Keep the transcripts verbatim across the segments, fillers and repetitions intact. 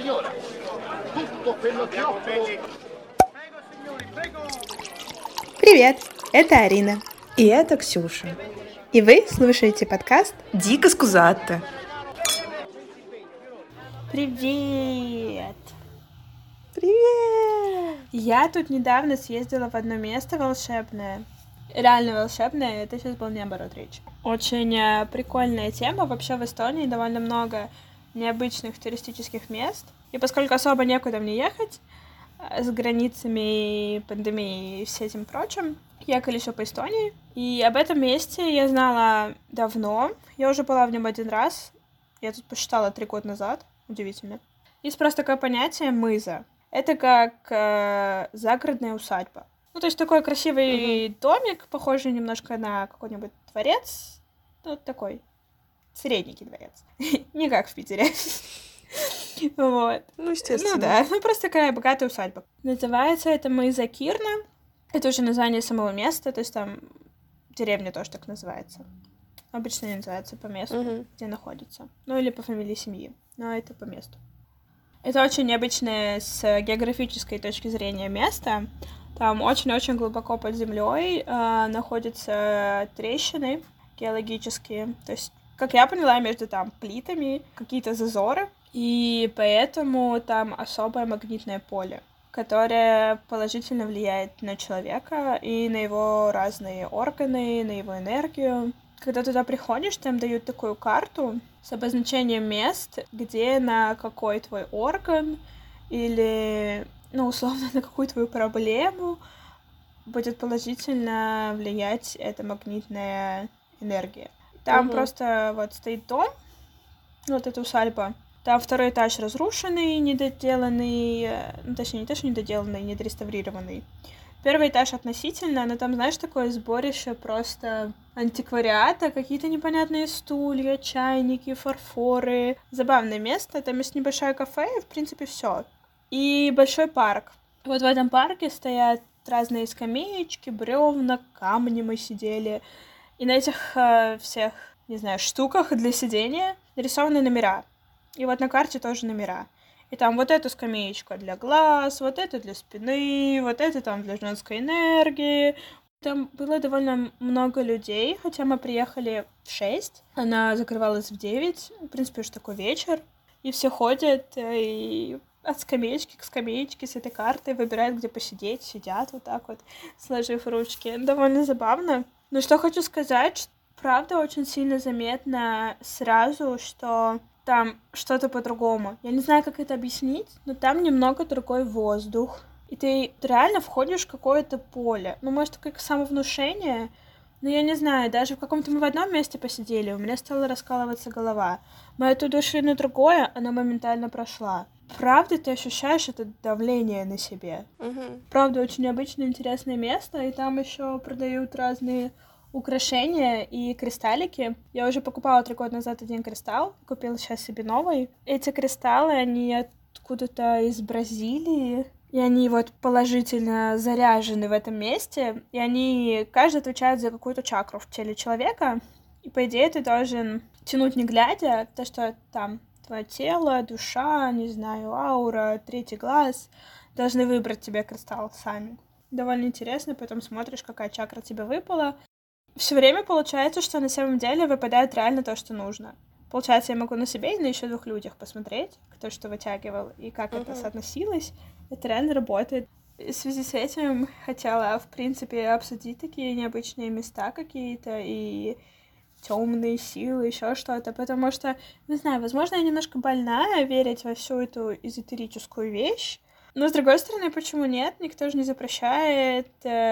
signora. Tutto quello che offro... Привет, это Арина. И это Ксюша. И вы слушаете подкаст «Дико скузатто». Привет! Привет! Я тут недавно съездила в одно место волшебное. Реально волшебное, это сейчас был не оборот речи. Очень э, прикольная тема. Вообще в Эстонии довольно много необычных туристических мест. И поскольку особо некуда мне ехать, с границами, пандемией и всем этим прочим, я колесю по Эстонии. И об этом месте я знала давно. Я уже была в нем один раз. Я тут посчитала три года назад. Удивительно. Есть просто такое понятие мыза. Это как э, загородная усадьба. Ну, то есть такой красивый uh-huh. домик, похожий немножко на какой-нибудь дворец. Ну, такой средненький дворец. Не как в Питере. Вот. Ну, естественно. Ну да, ну просто такая богатая усадьба. Называется это мыза Кирна. Это уже название самого места, то есть там деревня тоже так называется. Обычно не называется по месту, uh-huh. где находится. Ну или по фамилии семьи, но это по месту. Это очень необычное с географической точки зрения место. Там очень-очень глубоко под землей э, находятся трещины геологические. То есть, как я поняла, между там плитами какие-то зазоры. И поэтому там особое магнитное поле, которое положительно влияет на человека и на его разные органы, на его энергию. Когда туда приходишь, там дают такую карту с обозначением мест, где на какой твой орган или, ну, условно, на какую твою проблему будет положительно влиять эта магнитная энергия. Там угу. просто вот стоит дом, вот эта усадьба. Там второй этаж разрушенный, недоделанный, ну, точнее, не то, что недоделанный, недореставрированный. Первый этаж относительно, но там, знаешь, такое сборище просто антиквариата, какие-то непонятные стулья, чайники, фарфоры. Забавное место, там есть небольшое кафе, и, в принципе, все. И большой парк. Вот в этом парке стоят разные скамеечки, бревна, камни мы сидели. И на этих э, всех, не знаю, штуках для сидения нарисованы номера. И вот на карте тоже номера. И там вот эту скамеечку для глаз, вот эту для спины, вот это там для женской энергии. Там было довольно много людей, хотя мы приехали в шесть, она закрывалась в девять, в принципе, уж такой вечер. И все ходят и от скамеечки к скамеечке с этой картой выбирают, где посидеть, сидят вот так вот, сложив ручки. Довольно забавно. Но что хочу сказать, правда очень сильно заметно сразу, что там что-то по-другому. Я не знаю, как это объяснить, но там немного другой воздух. И ты, ты реально входишь в какое-то поле. Ну, может, как самовнушение, но я не знаю, даже в каком-то мы в одном месте посидели, у меня стала раскалываться голова. Мы оттуда шли на другое, она моментально прошла. Правда, ты ощущаешь это давление на себе. Uh-huh. Правда, очень необычное, интересное место, и там еще продают разные украшения и кристаллики. Я уже покупала три года назад один кристалл, купила сейчас себе новый. Эти кристаллы, они откуда-то из Бразилии, и они вот положительно заряжены в этом месте, и они, каждый отвечает за какую-то чакру в теле человека, и по идее ты должен тянуть не глядя, то что там твое тело, душа, не знаю, аура, третий глаз должны выбрать тебе кристалл сами. Довольно интересно, потом смотришь, какая чакра тебе выпала. Все время получается, что на самом деле выпадает реально то, что нужно. Получается, я могу на себе и на еще двух людях посмотреть, кто что вытягивал и как uh-huh. это соотносилось. Это реально работает. В связи с этим хотела, в принципе, обсудить такие необычные места какие-то и темные силы, еще что-то, потому что, не знаю, возможно, я немножко больная верить во всю эту эзотерическую вещь, но, с другой стороны, почему нет? Никто же не запрещает...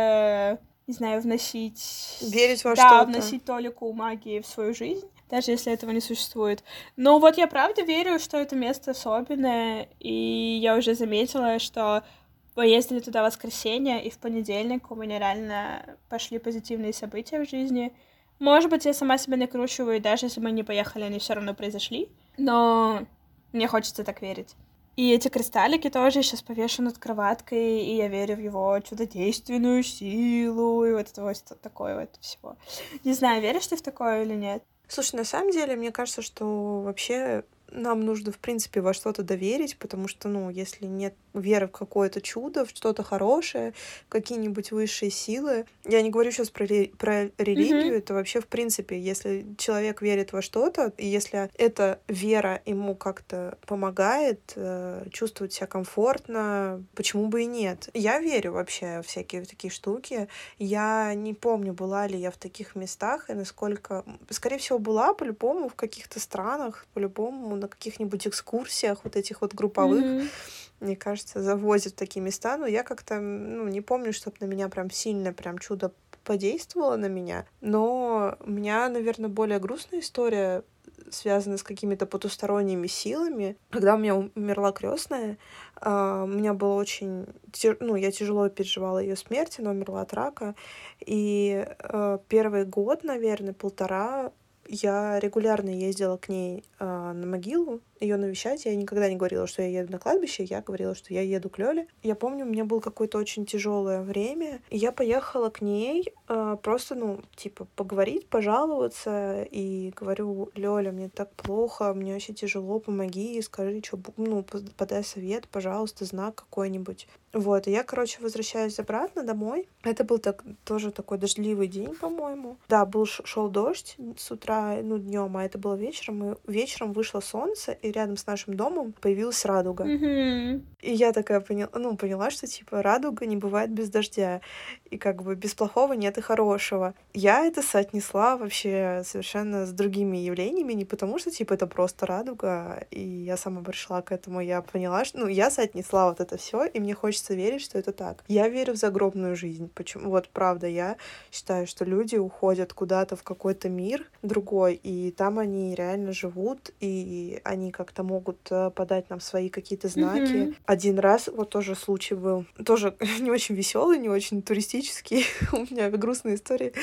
Э- не знаю, вносить... Верить во да, что-то. вносить толику магии в свою жизнь, даже если этого не существует. Но вот я правда верю, что это место особенное, и я уже заметила, что мы ездили туда в воскресенье, и в понедельник у меня реально пошли позитивные события в жизни. Может быть, я сама себя накручиваю, и даже если мы не поехали, они все равно произошли, но мне хочется так верить. И эти кристаллики тоже сейчас повешены над кроваткой, и я верю в его чудодейственную силу, и вот это вот такое вот всего. Не знаю, веришь ты в такое или нет? Слушай, на самом деле, мне кажется, что вообще нам нужно, в принципе, во что-то доверить, потому что, ну, если нет веры в какое-то чудо, в что-то хорошее, в какие-нибудь высшие силы. Я не говорю сейчас про, ре- про религию, Мгм. это вообще, в принципе, если человек верит во что-то, и если эта вера ему как-то помогает э, чувствовать себя комфортно, почему бы и нет? Я верю вообще в всякие такие штуки. Я не помню, была ли я в таких местах, и насколько... Скорее всего, была по-любому в каких-то странах, по-любому на каких-нибудь экскурсиях вот этих вот групповых, Мгм. мне кажется, завозят в такие места, но я как-то, ну, не помню, чтобы на меня прям сильно прям чудо подействовало на меня, но у меня, наверное, более грустная история связана с какими-то потусторонними силами. Когда у меня умерла крестная, а, у меня было очень... тя- Ну, я тяжело переживала ее смерть, она умерла от рака, и э, первый год, наверное, полтора, я регулярно ездила к ней а, на могилу, ее навещать. Я никогда не говорила, что я еду на кладбище, я говорила, что я еду к Лёле. Я помню, у меня было какое-то очень тяжелое время, и я поехала к ней а, просто, ну, типа, поговорить, пожаловаться, и говорю: Лёля, мне так плохо, мне очень тяжело, помоги, скажи, что, ну, пос- подай совет, пожалуйста, знак какой-нибудь. Вот, и я, короче, возвращаюсь обратно домой. Это был так, тоже такой дождливый день, по-моему. Да, был ш- шел дождь с утра, ну, днем, а это было вечером. И вечером вышло солнце, и рядом с нашим домом появилась радуга. Мгм. И я такая поняла, ну, поняла, что, типа, радуга не бывает без дождя. И как бы без плохого нет и хорошего. Я это соотнесла вообще совершенно с другими явлениями, не потому что, типа, это просто радуга, и я сама пришла к этому. Я поняла, что, ну, я соотнесла вот это все, и мне хочется верить, что это так. Я верю в загробную жизнь. Почему? Вот правда, я считаю, что люди уходят куда-то в какой-то мир другой, и там они реально живут, и они как-то могут э, подать нам свои какие-то знаки. Мгм. Один раз вот тоже случай был, тоже не очень веселый, не очень туристический. У меня грустная история.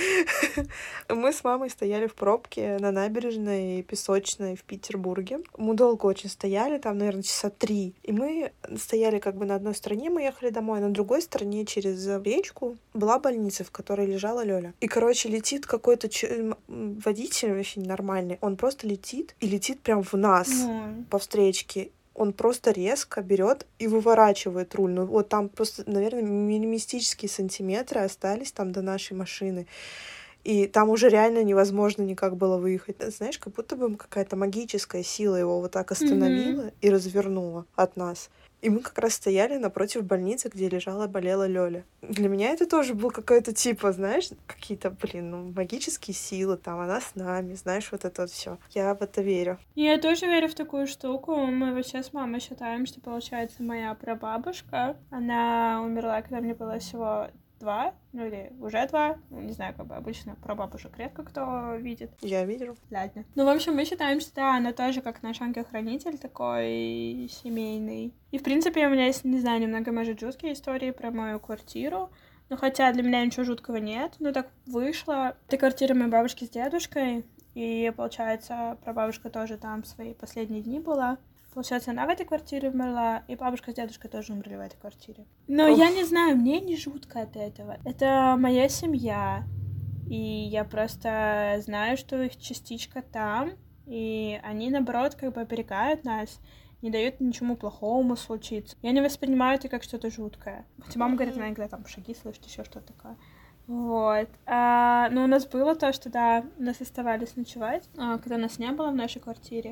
Мы с мамой стояли в пробке на набережной Песочной в Петербурге. Мы долго очень стояли, там, наверное, часа три. И мы стояли как бы на одной стороне, мы ехали домой, а на другой стороне через речку была больница, в которой лежала Лёля. И, короче, летит какой-то ч- м, водитель вообще ненормальный. Он просто летит и летит прям в нас Ну, по встречке. Он просто резко берет и выворачивает руль. Ну вот там просто, наверное, миллимистические сантиметры остались там до нашей машины. И там уже реально невозможно никак было выехать. Знаешь, как будто бы какая-то магическая сила его вот так Мгм. остановила и развернула от нас. И мы как раз стояли напротив больницы, где лежала, болела Лёля. Для меня это тоже был какой-то типа, знаешь, какие-то, блин, ну, магические силы, там, она с нами, знаешь, вот это вот все. Я в это верю. Я тоже верю в такую штуку. Мы вообще с мамой считаем, что, получается, моя прабабушка, она умерла, когда мне было всего два, ну или уже два, ну, не знаю, как бы обычно прабабушек редко кто видит. Я верю. Ладно. Ну, в общем, мы считаем, что да, она тоже как наш ангел-хранитель такой семейный. И, в принципе, у меня есть, не знаю, немного, может, жуткие истории про мою квартиру. Ну, хотя для меня ничего жуткого нет. Но так вышло. Это квартира моей бабушки с дедушкой. И, получается, прабабушка тоже там свои последние дни была. Получается, она в этой квартире умерла, и бабушка с дедушкой тоже умерли в этой квартире. Но я не Уф. знаю, мне не жутко от этого. Это моя семья. И я просто знаю, что их частичка там, и они, наоборот, как бы оберегают нас, не дают ничему плохому случиться. Я не воспринимаю это как что-то жуткое. Хотя мама говорит, она иногда там шаги слышит, еще что-то такое. Вот. А, но у нас было то, что, да, нас оставались ночевать, а, когда нас не было в нашей квартире.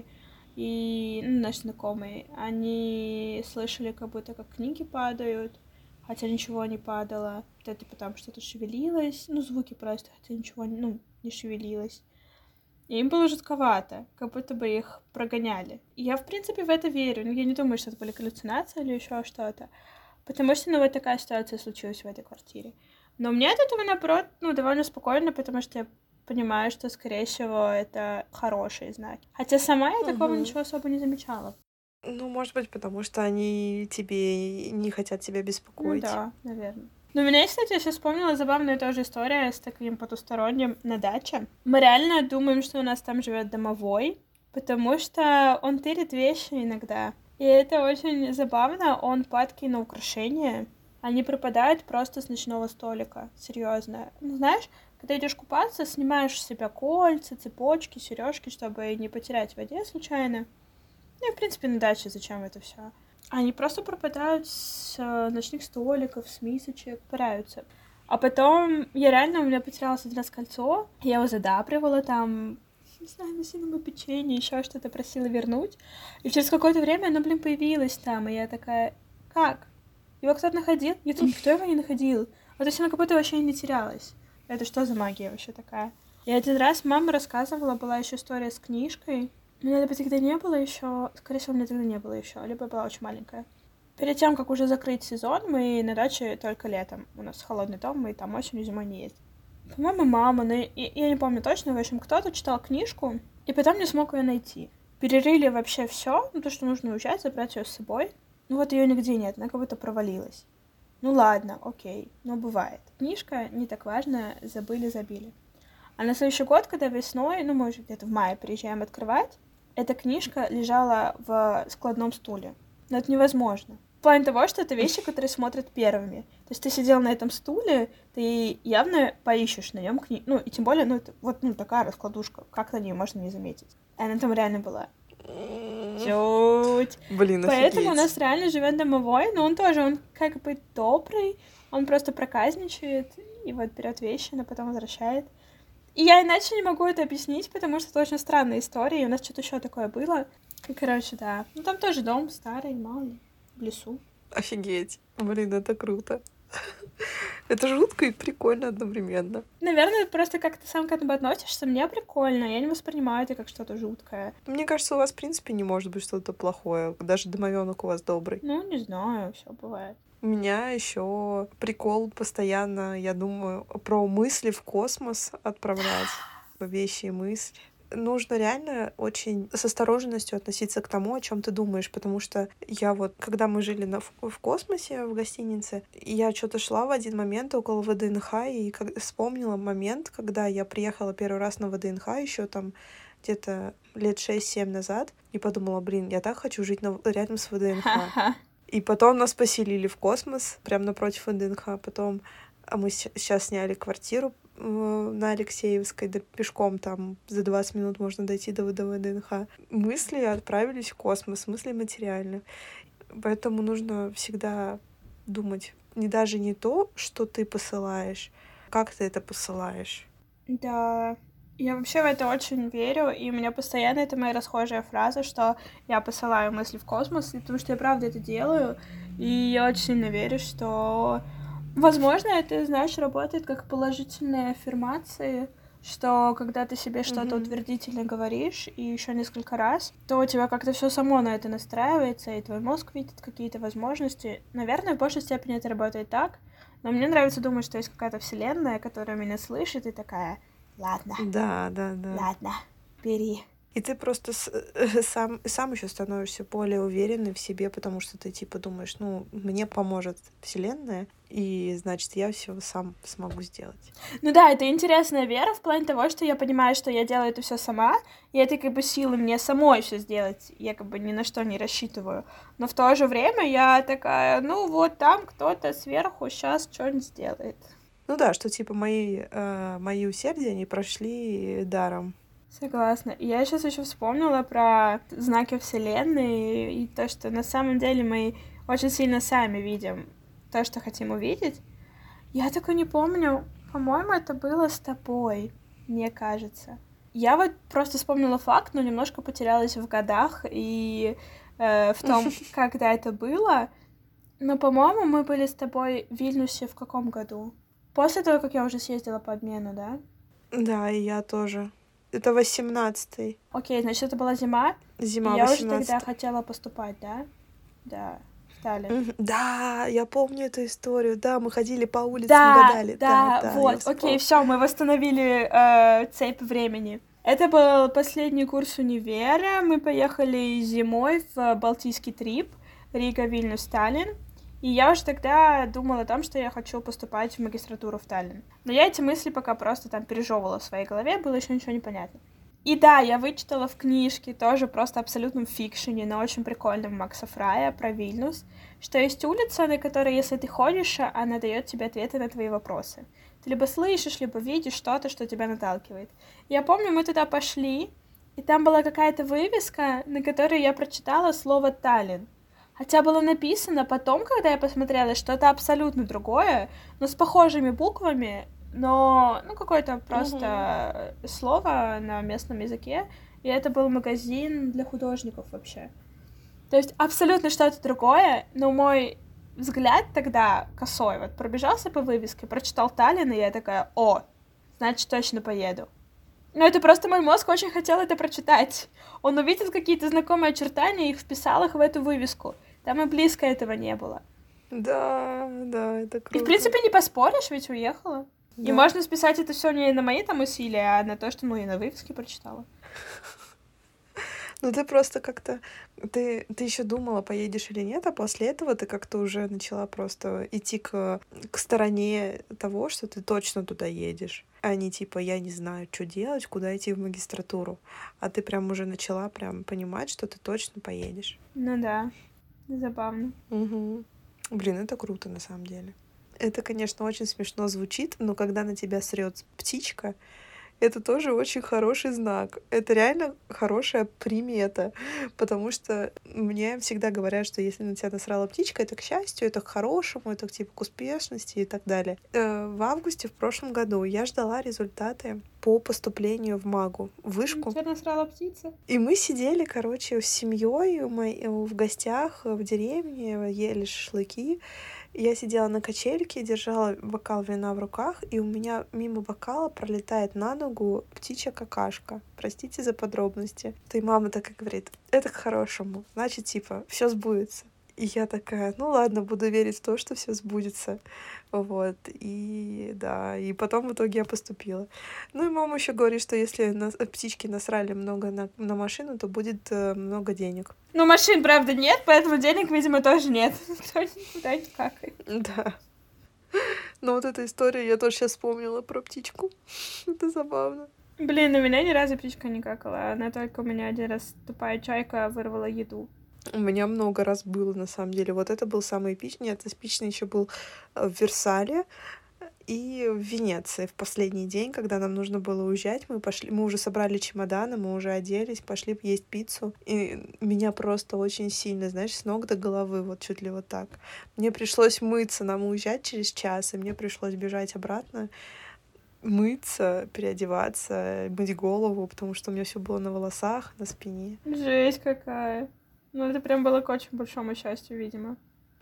И ну, наши знакомые, они слышали, как будто как книги падают, хотя ничего не падало. Это типа там что-то шевелилось, ну, звуки просто, хотя ничего, ну, не шевелилось. И им было жутковато, как будто бы их прогоняли. И я, в принципе, в это верю, но я не думаю, что это были галлюцинации или еще что-то. Потому что, ну, вот такая ситуация случилась в этой квартире. Но мне от этого, наоборот, ну, довольно спокойно, потому что я понимаю, что, скорее всего, это хорошие знаки. Хотя сама я такого Мгм. ничего особо не замечала. Ну, может быть, потому что они тебе не хотят тебя Ну беспокоить. да, наверное. Но у меня, есть, кстати, я сейчас вспомнила забавная тоже история с таким потусторонним на даче. Мы реально думаем, что у нас там живет домовой, потому что он тырит вещи иногда. И это очень забавно, он падки на украшения. Они пропадают просто с ночного столика. Серьезно. Ну, знаешь, когда идешь купаться, снимаешь с себя кольца, цепочки, сережки, чтобы не потерять в воде случайно. Ну, и, в принципе, на даче зачем это все? Они просто пропадают с э, ночных столиков, с мисочек, паряются. А потом я реально, у меня потерялось один раз кольцо, я его задабривала там, не знаю, носила ему печенье, еще что-то просила вернуть. И через какое-то время оно, блин, появилось там, и я такая, как? Его кто-то находил? Нет, никто его не находил. А то есть оно как будто вообще не терялось. Это что за магия вообще такая? И один раз мама рассказывала, была еще история с книжкой. Меня либо тогда не было еще, скорее всего, меня тогда не было еще, либо я была очень маленькая. Перед тем, как уже закрыть сезон, мы на даче только летом. У нас холодный дом, мы там осенью, зимой не ездим. По-моему, мама, но я, я не помню точно, в общем, кто-то читал книжку, и потом не смог ее найти. Перерыли вообще все, ну то, что нужно уезжать, забрать ее с собой. Ну вот ее нигде нет, она как будто провалилась. Ну ладно, окей, но бывает. Книжка не так важная, забыли, забили. А на следующий год, когда весной, ну мы уже где-то в мае приезжаем открывать, эта книжка лежала в складном стуле. Но это невозможно. В плане того, что это вещи, которые смотрят первыми. То есть ты сидел на этом стуле, ты явно поищешь на нем книгу. Ну, и тем более, ну, это вот ну, такая раскладушка. Как на нее можно не заметить? А она там реально была. Чуть. Блин, офигеть. Поэтому у нас реально живет домовой, но он тоже, он как бы добрый, он просто проказничает и вот берет вещи, но потом возвращает. И я иначе не могу это объяснить, потому что это очень странная история, и у нас что-то еще такое было. И, короче, да. Ну, там тоже дом старый, мало ли, в лесу. Офигеть. Блин, это круто. Это жутко и прикольно одновременно. Наверное, просто как ты сам к этому относишься, мне прикольно, я не воспринимаю это как что-то жуткое. Мне кажется, у вас, в принципе, не может быть что-то плохое. Даже домовенок у вас добрый. Ну, не знаю, все бывает. У меня еще прикол постоянно, я думаю, про мысли в космос отправлять, вещи и мысли. Нужно реально очень с осторожностью относиться к тому, о чем ты думаешь, потому что я вот, когда мы жили на, в космосе, в гостинице, я что-то шла в один момент около ВДНХ и как, вспомнила момент, когда я приехала первый раз на ВДНХ еще там где-то лет шесть-семь назад, и подумала, блин, я так хочу жить на, рядом с ВДНХ. И потом нас поселили в космос, прямо напротив ВДНХ. Потом а мы сейчас сняли квартиру на Алексеевской, да пешком там за двадцать минут можно дойти до ВДНХ. Мысли отправились в космос, мысли материальны. Поэтому нужно всегда думать не даже не то, что ты посылаешь, как ты это посылаешь. Да, я вообще в это очень верю, и у меня постоянно это моя расхожая фраза, что я посылаю мысли в космос, потому что я правда это делаю, и я очень сильно верю, что, возможно, это, знаешь, работает как положительные аффирмации, что когда ты себе что-то mm-hmm. утвердительно говоришь, и еще несколько раз, то у тебя как-то все само на это настраивается, и твой мозг видит какие-то возможности. Наверное, в большей степени это работает так, но мне нравится думать, что есть какая-то вселенная, которая меня слышит, и такая... Ладно. Да, да, да. Ладно, бери. И ты просто с, сам, сам еще становишься более уверенной в себе, потому что ты типа думаешь, ну, мне поможет Вселенная, и значит, я все сам смогу сделать. Ну да, это интересная вера в плане того, что я понимаю, что я делаю это все сама, и это как бы силы мне самой все сделать. Я как бы ни на что не рассчитываю. Но в то же время я такая, ну вот там кто-то сверху сейчас что-нибудь сделает. Ну да, что типа мои, э, мои усердия не прошли даром. Согласна. Я сейчас еще вспомнила про знаки Вселенной и то, что на самом деле мы очень сильно сами видим то, что хотим увидеть. Я только не помню, по-моему, это было с тобой, мне кажется. Я вот просто вспомнила факт, но немножко потерялась в годах и э, в том, когда это было. Но, по-моему, мы были с тобой в Вильнюсе в каком году? После того, как я уже съездила по обмену, да? Да, и я тоже. Это восемнадцатый. Окей, значит, это была зима? Зима я восемнадцатый. уже тогда хотела поступать, да? Да, в Таллин. Да, я помню эту историю. Да, мы ходили по улицам, да, гадали. Да, да, вот, окей, все, мы восстановили э, цепь времени. Это был последний курс универа. Мы поехали зимой в Балтийский трип, Рига, Вильнюс, Таллин. И я уже тогда думала о том, что я хочу поступать в магистратуру в Таллин. Но я эти мысли пока просто там пережевывала в своей голове, было еще ничего не понятно. И да, я вычитала в книжке, тоже просто абсолютном фикшене, но очень прикольном Макса Фрая про Вильнюс, что есть улица, на которой, если ты ходишь, она дает тебе ответы на твои вопросы. Ты либо слышишь, либо видишь что-то, что тебя наталкивает. Я помню, мы туда пошли, и там была какая-то вывеска, на которой я прочитала слово «Таллин». Хотя было написано потом, когда я посмотрела, что это абсолютно другое, но с похожими буквами, но, ну, какое-то просто mm-hmm. слово на местном языке, и это был магазин для художников вообще. То есть абсолютно что-то другое, но мой взгляд тогда косой, вот пробежался по вывеске, прочитал Таллин, и я такая: о, значит, точно поеду. Но это просто мой мозг очень хотел это прочитать. Он увидел какие-то знакомые очертания и их вписал их в эту вывеску. Там и близко этого не было. Да, да, это круто. И, в принципе, не поспоришь, ведь уехала. Да. И можно списать это все не на мои там усилия, а на то, что, ну, и на вывеске прочитала. Ну, ты просто как-то... Ты, ты еще думала, поедешь или нет, а после этого ты как-то уже начала просто идти к, к стороне того, что ты точно туда едешь. А не типа, я не знаю, что делать, куда идти в магистратуру. А ты прям уже начала прям понимать, что ты точно поедешь. Ну да, забавно. Угу. Блин, это круто на самом деле. Это, конечно, очень смешно звучит, но когда на тебя срет птичка, это тоже очень хороший знак. Это реально хорошая примета, потому что мне всегда говорят, что если на тебя насрала птичка, это к счастью, это к хорошему, это типа к успешности и так далее. В августе в прошлом году я ждала результаты по поступлению в МАГУ, в вышку. Тебя насрала птица? И мы сидели, короче, с семьей в гостях в деревне, ели шашлыки. Я сидела на качельке, держала бокал вина в руках, и у меня мимо бокала пролетает на ногу птичья какашка. Простите за подробности. И мама так и говорит: это к хорошему, значит, типа, все сбудется. И я такая: ну ладно, буду верить в то, что все сбудется. Вот. И да, и потом в итоге я поступила. Ну и мама еще говорит, что если на... птички насрали много на... на машину, то будет э, много денег. Ну, машин, правда, нет, поэтому денег, видимо, тоже нет. Никто никуда не какает. Да. Но вот эта история, я тоже сейчас вспомнила про птичку. Это забавно. Блин, у меня ни разу птичка не какала. Она только у меня один раз тупая чайка вырвала еду. У меня много раз было, на самом деле. Вот это был самый эпичный. Это эпичный еще был в Версале и в Венеции в последний день, когда нам нужно было уезжать. Мы пошли, мы уже собрали чемоданы, мы уже оделись, пошли есть пиццу. И меня просто очень сильно, знаешь, с ног до головы, вот чуть ли вот так. Мне пришлось мыться, нам уезжать через час, и мне пришлось бежать обратно, мыться, переодеваться, мыть голову, потому что у меня все было на волосах, на спине. Жесть какая. Ну, это прям было к очень большому счастью, видимо.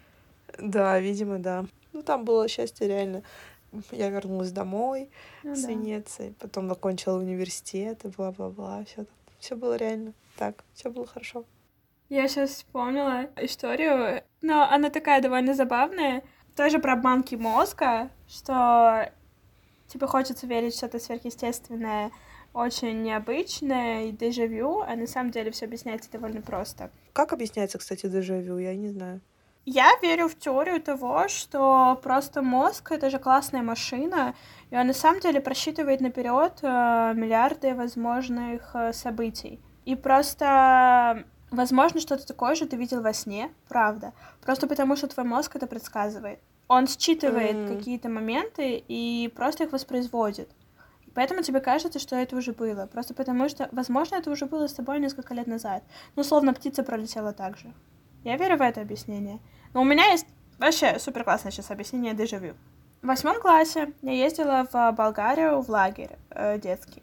Да, видимо, да. Ну, там было счастье реально. Я вернулась домой ну, с да. Венеции, потом закончила университет и бла-бла-бла. Все, все было реально так, все было хорошо. Я сейчас вспомнила историю, но она такая довольно забавная. Тоже про обманки мозга, что типа хочется верить в что-то сверхъестественное, очень необычное и дежавю, а на самом деле все объясняется довольно просто. Как объясняется, кстати, дежавю? Я не знаю. Я верю в теорию того, что просто мозг — это же классная машина, и он на самом деле просчитывает наперед э, миллиарды возможных э, событий. И просто, возможно, что-то такое же ты видел во сне, правда. Просто потому, что твой мозг это предсказывает. Он считывает mm. какие-то моменты и просто их воспроизводит. Поэтому тебе кажется, что это уже было. Просто потому что, возможно, это уже было с тобой несколько лет назад. Ну, словно птица пролетела так же. Я верю в это объяснение. Но у меня есть вообще супер классное сейчас объяснение дежавю. В восьмом классе я ездила в Болгарию в лагерь э, детский.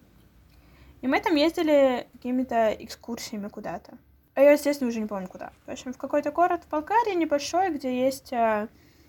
И мы там ездили какими-то экскурсиями куда-то. А я, естественно, уже не помню куда. В общем, в какой-то город в Болгарии небольшой, где есть э,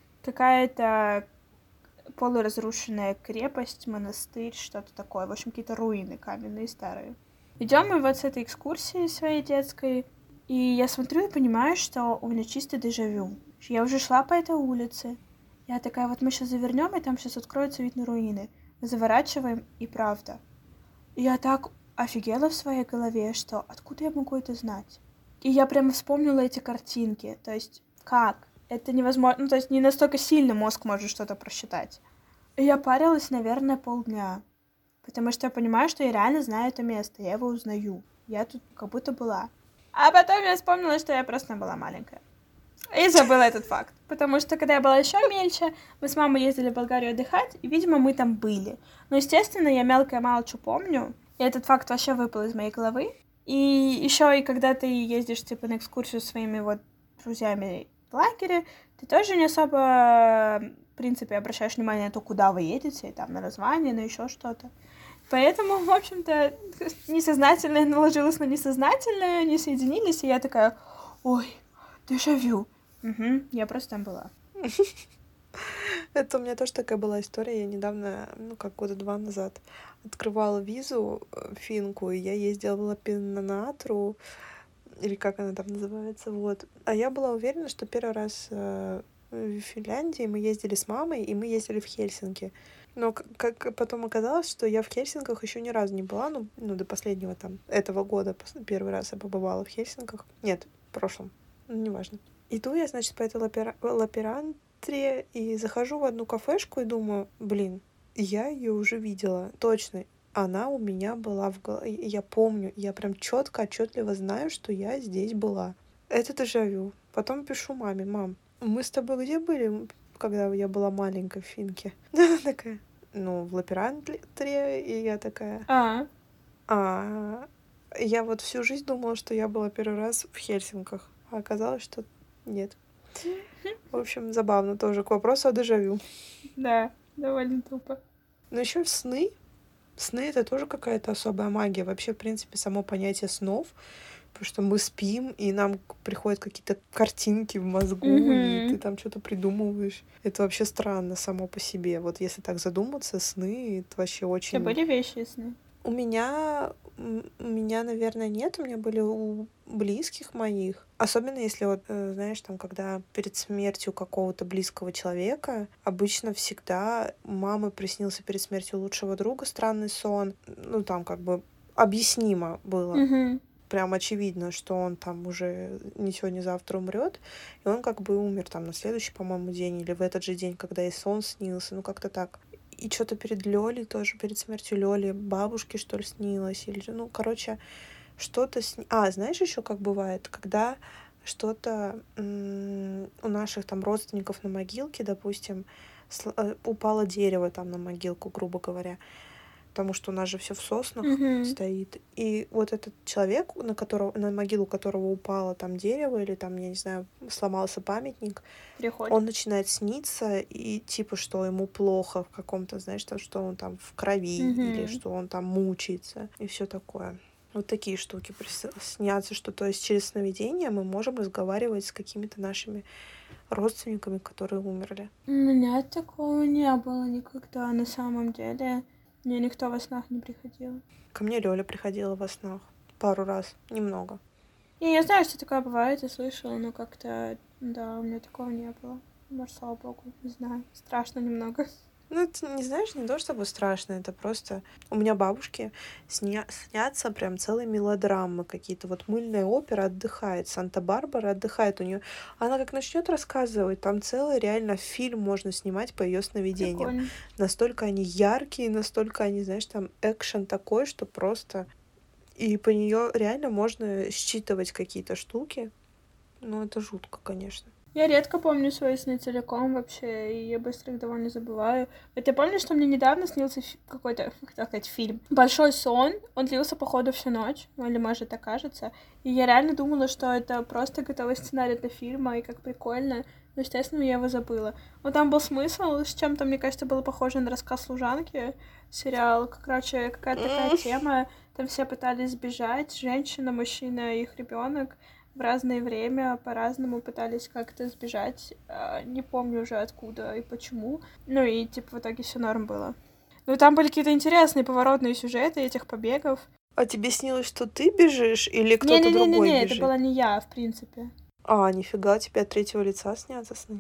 какая-то полуразрушенная крепость, монастырь, что-то такое. В общем, какие-то руины каменные старые. Идем мы вот с этой экскурсии своей детской, и я смотрю и понимаю, что у меня чисто дежавю. Я уже шла по этой улице. Я такая, вот мы сейчас завернем, и там сейчас откроется вид на руины. Мы заворачиваем, и правда. И я так офигела в своей голове, что откуда я могу это знать? И я прямо вспомнила эти картинки. То есть, как? Это невозможно, ну, то есть не настолько сильно мозг может что-то просчитать. И я парилась, наверное, полдня. Потому что я понимаю, что я реально знаю это место, я его узнаю. Я тут как будто была. А потом я вспомнила, что я просто была маленькая. И забыла этот факт. Потому что, когда я была еще мельче, мы с мамой ездили в Болгарию отдыхать, и, видимо, мы там были. Но, естественно, я мелкая мало что помню. И этот факт вообще выпал из моей головы. И еще и когда ты ездишь, типа, на экскурсию с своими вот друзьями в лагере, ты тоже не особо, в принципе, обращаешь внимание на то, куда вы едете, там, на название, на еще что-то. Поэтому, в общем-то, несознательное наложилось на несознательное, они соединились, и я такая, ой, дежавю. Угу, я просто там была. Это у меня тоже такая была история. Я недавно, ну, как года два назад, открывала визу э, финку, и я ездила в Лапиннатру, или как она там называется, вот. А я была уверена, что первый раз э, в Финляндии мы ездили с мамой, и мы ездили в Хельсинки. Но к- как потом оказалось, что я в Хельсинках еще ни разу не была, ну, ну, до последнего там, этого года, пос- первый раз я побывала в Хельсинках. Нет, в прошлом, ну, неважно. Иду я, значит, по этой Лапера- Лапирантре и захожу в одну кафешку и думаю, блин, я ее уже видела, точно. Она у меня была в голове. Я помню, я прям четко, отчетливо знаю, что я здесь была. Это дежавю. Потом пишу маме, мам, мы с тобой где были, когда я была маленькой в Финке? Она такая, ну, в Лаперантре, и я такая, А, а, я вот всю жизнь думала, что я была первый раз в Хельсинках, а оказалось, что нет. В общем, забавно тоже к вопросу о дежавю. да, довольно тупо. Но еще сны. Сны — это тоже какая-то особая магия. Вообще, в принципе, само понятие снов, потому что мы спим, и нам к- приходят какие-то картинки в мозгу, и ты Угу. там что-то придумываешь. Это вообще странно само по себе. Вот если так задуматься, сны — это вообще У тебя очень... были вещи сны? У меня, м, у меня, наверное, нет. У меня были у близких моих. Особенно если вот, э, знаешь, там, когда перед смертью какого-то близкого человека, обычно всегда у мамы приснился перед смертью лучшего друга странный сон. Ну, там как бы объяснимо было. Угу. Прям очевидно, что он там уже не сегодня, не завтра умрет, и он как бы умер там на следующий, по-моему, день или в этот же день, когда и сон снился, ну как-то так. И что-то перед Лёлей тоже, перед смертью Лёли, бабушке, что ли, снилось, или, ну, короче, что-то сни... А, знаешь, еще как бывает, когда что-то м, у наших там родственников на могилке, допустим, сл- э, упало дерево там на могилку, грубо говоря, потому что у нас же все в соснах Угу. стоит. И вот этот человек, на которого, на могилу которого упало там дерево или там, я не знаю, сломался памятник, он Приходит. начинает сниться, и типа, что ему плохо в каком-то, знаешь, там, что он там в крови, или Угу. что он там мучается, и все такое. Вот такие штуки прис- снятся, что то есть через сновидения мы можем разговаривать с какими-то нашими родственниками, которые умерли. У меня такого не было никогда на самом деле. Мне никто во снах не приходил. Ко мне Лёля приходила во снах пару раз, немного. И я знаю, что такое бывает, я слышала, но как-то, да, у меня такого не было. Может, слава богу, не знаю. Страшно немного. Ну, это, не знаешь, не то чтобы страшно, это просто... У меня бабушки сня... снятся прям целые мелодрамы какие-то. Вот мыльная опера отдыхает, Санта-Барбара отдыхает у нее. Она как начнет рассказывать, там целый реально фильм можно снимать по ее сновидениям. Прикольно. Настолько они яркие, настолько они, знаешь, там экшен такой, что просто... И по нее реально можно считывать какие-то штуки. Ну, это жутко, конечно. Я редко помню свои сны целиком вообще, и я быстро их довольно забываю. Вот я помню, что мне недавно снился фи- какой-то, как сказать, фильм. Большой сон, он длился, походу, всю ночь, ну или, может, так кажется. И я реально думала, что это просто готовый сценарий для фильма, и как прикольно. Но, естественно, я его забыла. Но там был смысл, с чем-то, мне кажется, было похоже на рассказ служанки, сериал. Короче, какая-то такая тема. Там все пытались сбежать, женщина, мужчина и их ребенок в разное время по-разному пытались как-то сбежать. а, Не помню уже откуда и почему. Ну и типа в итоге все норм было. Ну там были какие-то интересные поворотные сюжеты этих побегов. А тебе снилось, что ты бежишь или кто-то другой Не-не-не-не-не, это бежит? была не я, в принципе. А, нифига, у тебя от третьего лица снятся сны.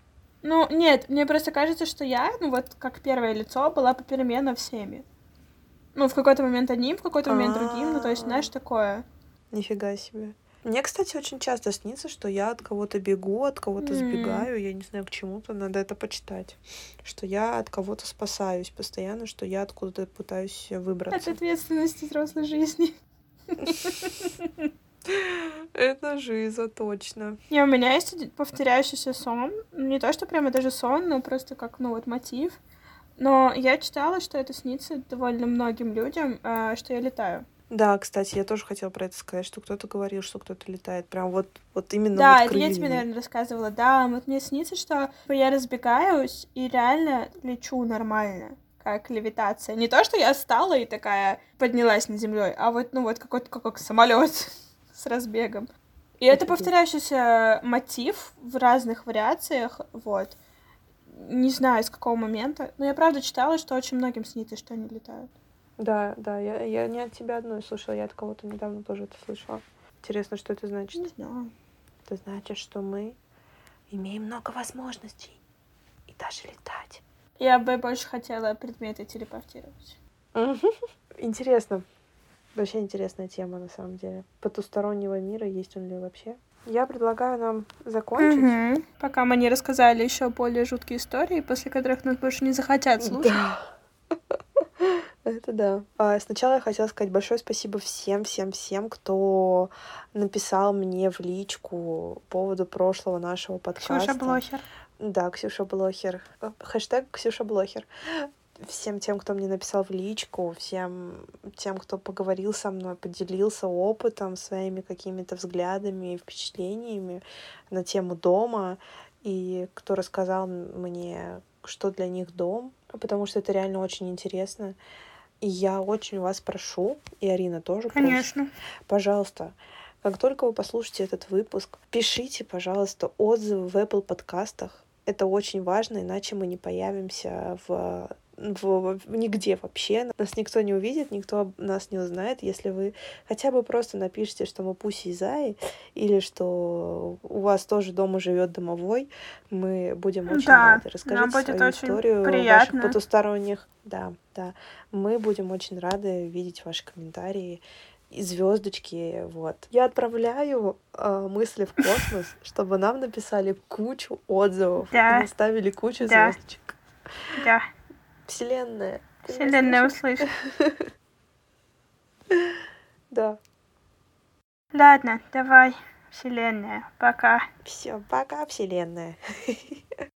Ну, нет, мне просто кажется, что я, ну вот как первое лицо, была попеременно всеми. Ну, в какой-то момент одним, в какой-то момент другим, ну, то есть, А, знаешь, такое. нифига себе. Мне, кстати, очень часто снится, что я от кого-то бегу, от кого-то М, сбегаю, я не знаю, к чему-то, надо это почитать. Что я от кого-то спасаюсь постоянно, что я откуда-то пытаюсь Это выбраться. ответственность взрослой жизни. Это жиза, точно. Не, у меня есть один повторяющийся сон. Не то, что прямо даже сон, но просто как, ну, вот мотив. Но я читала, что это снится довольно многим людям, а, что я летаю. Да, кстати, я тоже хотела про это сказать, что кто-то говорил, что кто-то летает. Прям вот, вот именно Да, вот это я тебе, крыльями. наверное, рассказывала. Да, вот мне снится, что я разбегаюсь и реально лечу нормально, как левитация. Не то, что я встала и такая поднялась над землей, а вот, ну, вот какой-то как самолет с разбегом. И это Офигеть. повторяющийся мотив в разных вариациях, вот. Не знаю, с какого момента, но я правда читала, что очень многим снится, что они летают. Да, да, я, я не от тебя одной слышала, я от кого-то недавно тоже это слышала. Интересно, что это значит? Не знаю. Это значит, что мы имеем много возможностей и даже летать. Я бы больше хотела предметы телепортировать. Интересно. Вообще интересная тема, на самом деле. Потустороннего мира, есть он ли вообще? Я предлагаю нам закончить. Угу. Пока мы не рассказали еще более жуткие истории, после которых нас больше не захотят слушать. Да. Это да. А, сначала я хотела сказать большое спасибо всем, всем, всем, кто написал мне в личку по поводу прошлого нашего подкаста. Ксюша Блохер. Да, Ксюша Блохер. Хэштег Ксюша Блохер. Всем тем, кто мне написал в личку, всем тем, кто поговорил со мной, поделился опытом, своими какими-то взглядами и впечатлениями на тему дома, и кто рассказал мне, что для них дом, потому что это реально очень интересно. И я очень вас прошу, и Арина тоже Конечно. просит, пожалуйста, как только вы послушаете этот выпуск, пишите, пожалуйста, отзывы в Apple подкастах. Это очень важно, иначе мы не появимся в, в, в нигде вообще. Нас никто не увидит, никто нас не узнает, если вы хотя бы просто напишите, что мы Пуси и Заи, или что у вас тоже дома живет домовой. Мы будем очень Да, рады. Расскажите нам будет свою очень историю приятно. ваших потусторонних. Да, да. Мы будем очень рады видеть ваши комментарии и звездочки, вот. Я отправляю э, мысли в космос, чтобы нам написали кучу отзывов Да. и наставили кучу Да. звездочек. Да. Вселенная. ты меня Вселенная слышишь? услышит. Да. Ладно, давай, Вселенная, пока. Все, пока, Вселенная.